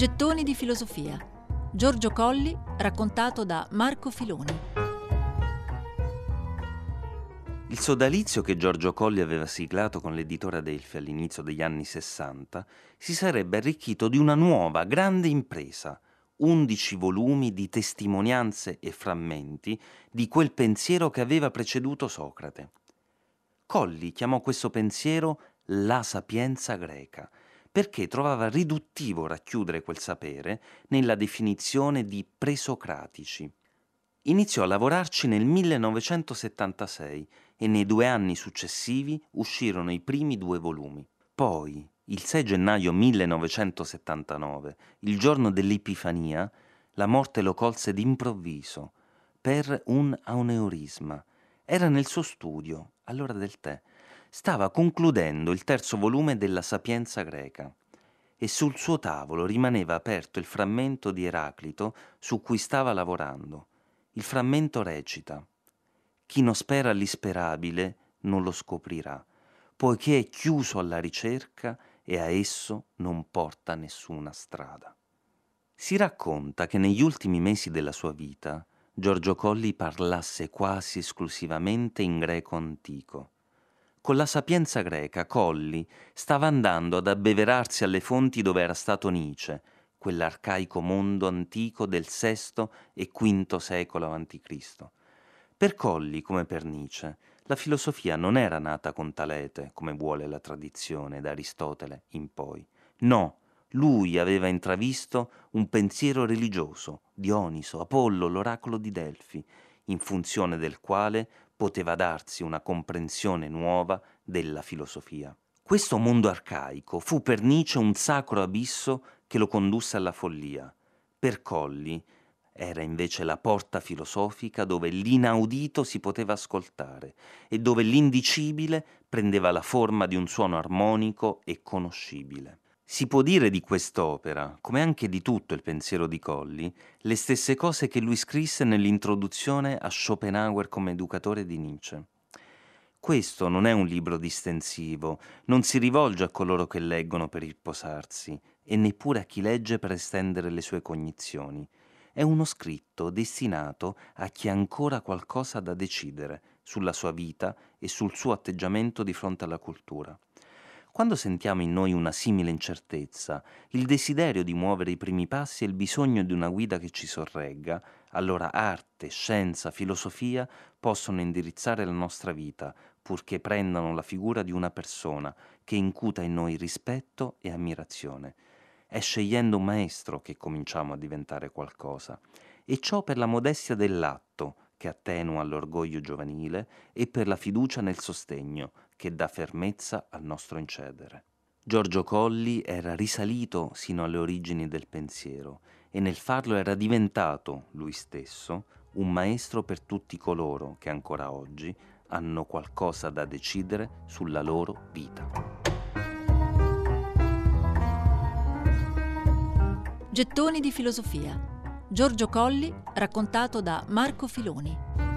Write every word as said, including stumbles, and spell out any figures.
Gettoni di filosofia. Giorgio Colli, raccontato da Marco Filoni. Il sodalizio che Giorgio Colli aveva siglato con l'editore Adelphi all'inizio degli anni sessanta si sarebbe arricchito di una nuova, grande impresa, undici volumi di testimonianze e frammenti di quel pensiero che aveva preceduto Socrate. Colli chiamò questo pensiero la sapienza greca, perché trovava riduttivo racchiudere quel sapere nella definizione di presocratici. Iniziò a lavorarci nel millenovecentosettantasei e nei due anni successivi uscirono i primi due volumi. Poi, il sei gennaio millenovecentosettantanove, il giorno dell'Epifania, la morte lo colse d'improvviso per un aneurisma. Era nel suo studio, all'ora del tè. Stava concludendo il terzo volume della Sapienza greca e sul suo tavolo rimaneva aperto il frammento di Eraclito su cui stava lavorando. Il frammento recita: «Chi non spera all'isperabile non lo scoprirà, poiché è chiuso alla ricerca e a esso non porta nessuna strada». Si racconta che negli ultimi mesi della sua vita Giorgio Colli parlasse quasi esclusivamente in greco antico. Con la Sapienza greca Colli stava andando ad abbeverarsi alle fonti dove era stato Nietzsche, quell'arcaico mondo antico del sesto e quinto secolo avanti Cristo. Per Colli, come per Nietzsche, la filosofia non era nata con Talete, come vuole la tradizione, da Aristotele in poi. No, lui aveva intravisto un pensiero religioso, Dioniso, Apollo, l'oracolo di Delfi, in funzione del quale poteva darsi una comprensione nuova della filosofia. Questo mondo arcaico fu per Nietzsche un sacro abisso che lo condusse alla follia. Per Colli era invece la porta filosofica dove l'inaudito si poteva ascoltare e dove l'indicibile prendeva la forma di un suono armonico e conoscibile. Si può dire di quest'opera, come anche di tutto il pensiero di Colli, le stesse cose che lui scrisse nell'introduzione a Schopenhauer come educatore di Nietzsche. Questo non è un libro distensivo, non si rivolge a coloro che leggono per riposarsi e neppure a chi legge per estendere le sue cognizioni. È uno scritto destinato a chi ha ancora qualcosa da decidere sulla sua vita e sul suo atteggiamento di fronte alla cultura. Quando sentiamo in noi una simile incertezza, il desiderio di muovere i primi passi e il bisogno di una guida che ci sorregga, allora arte, scienza, filosofia possono indirizzare la nostra vita, purché prendano la figura di una persona che incuta in noi rispetto e ammirazione. È scegliendo un maestro che cominciamo a diventare qualcosa, e ciò per la modestia dell'atto, che attenua l'orgoglio giovanile, e per la fiducia nel sostegno, che dà fermezza al nostro incedere. Giorgio Colli era risalito sino alle origini del pensiero e nel farlo era diventato, lui stesso, un maestro per tutti coloro che ancora oggi hanno qualcosa da decidere sulla loro vita. Gettoni di filosofia. Giorgio Colli, raccontato da Marco Filoni.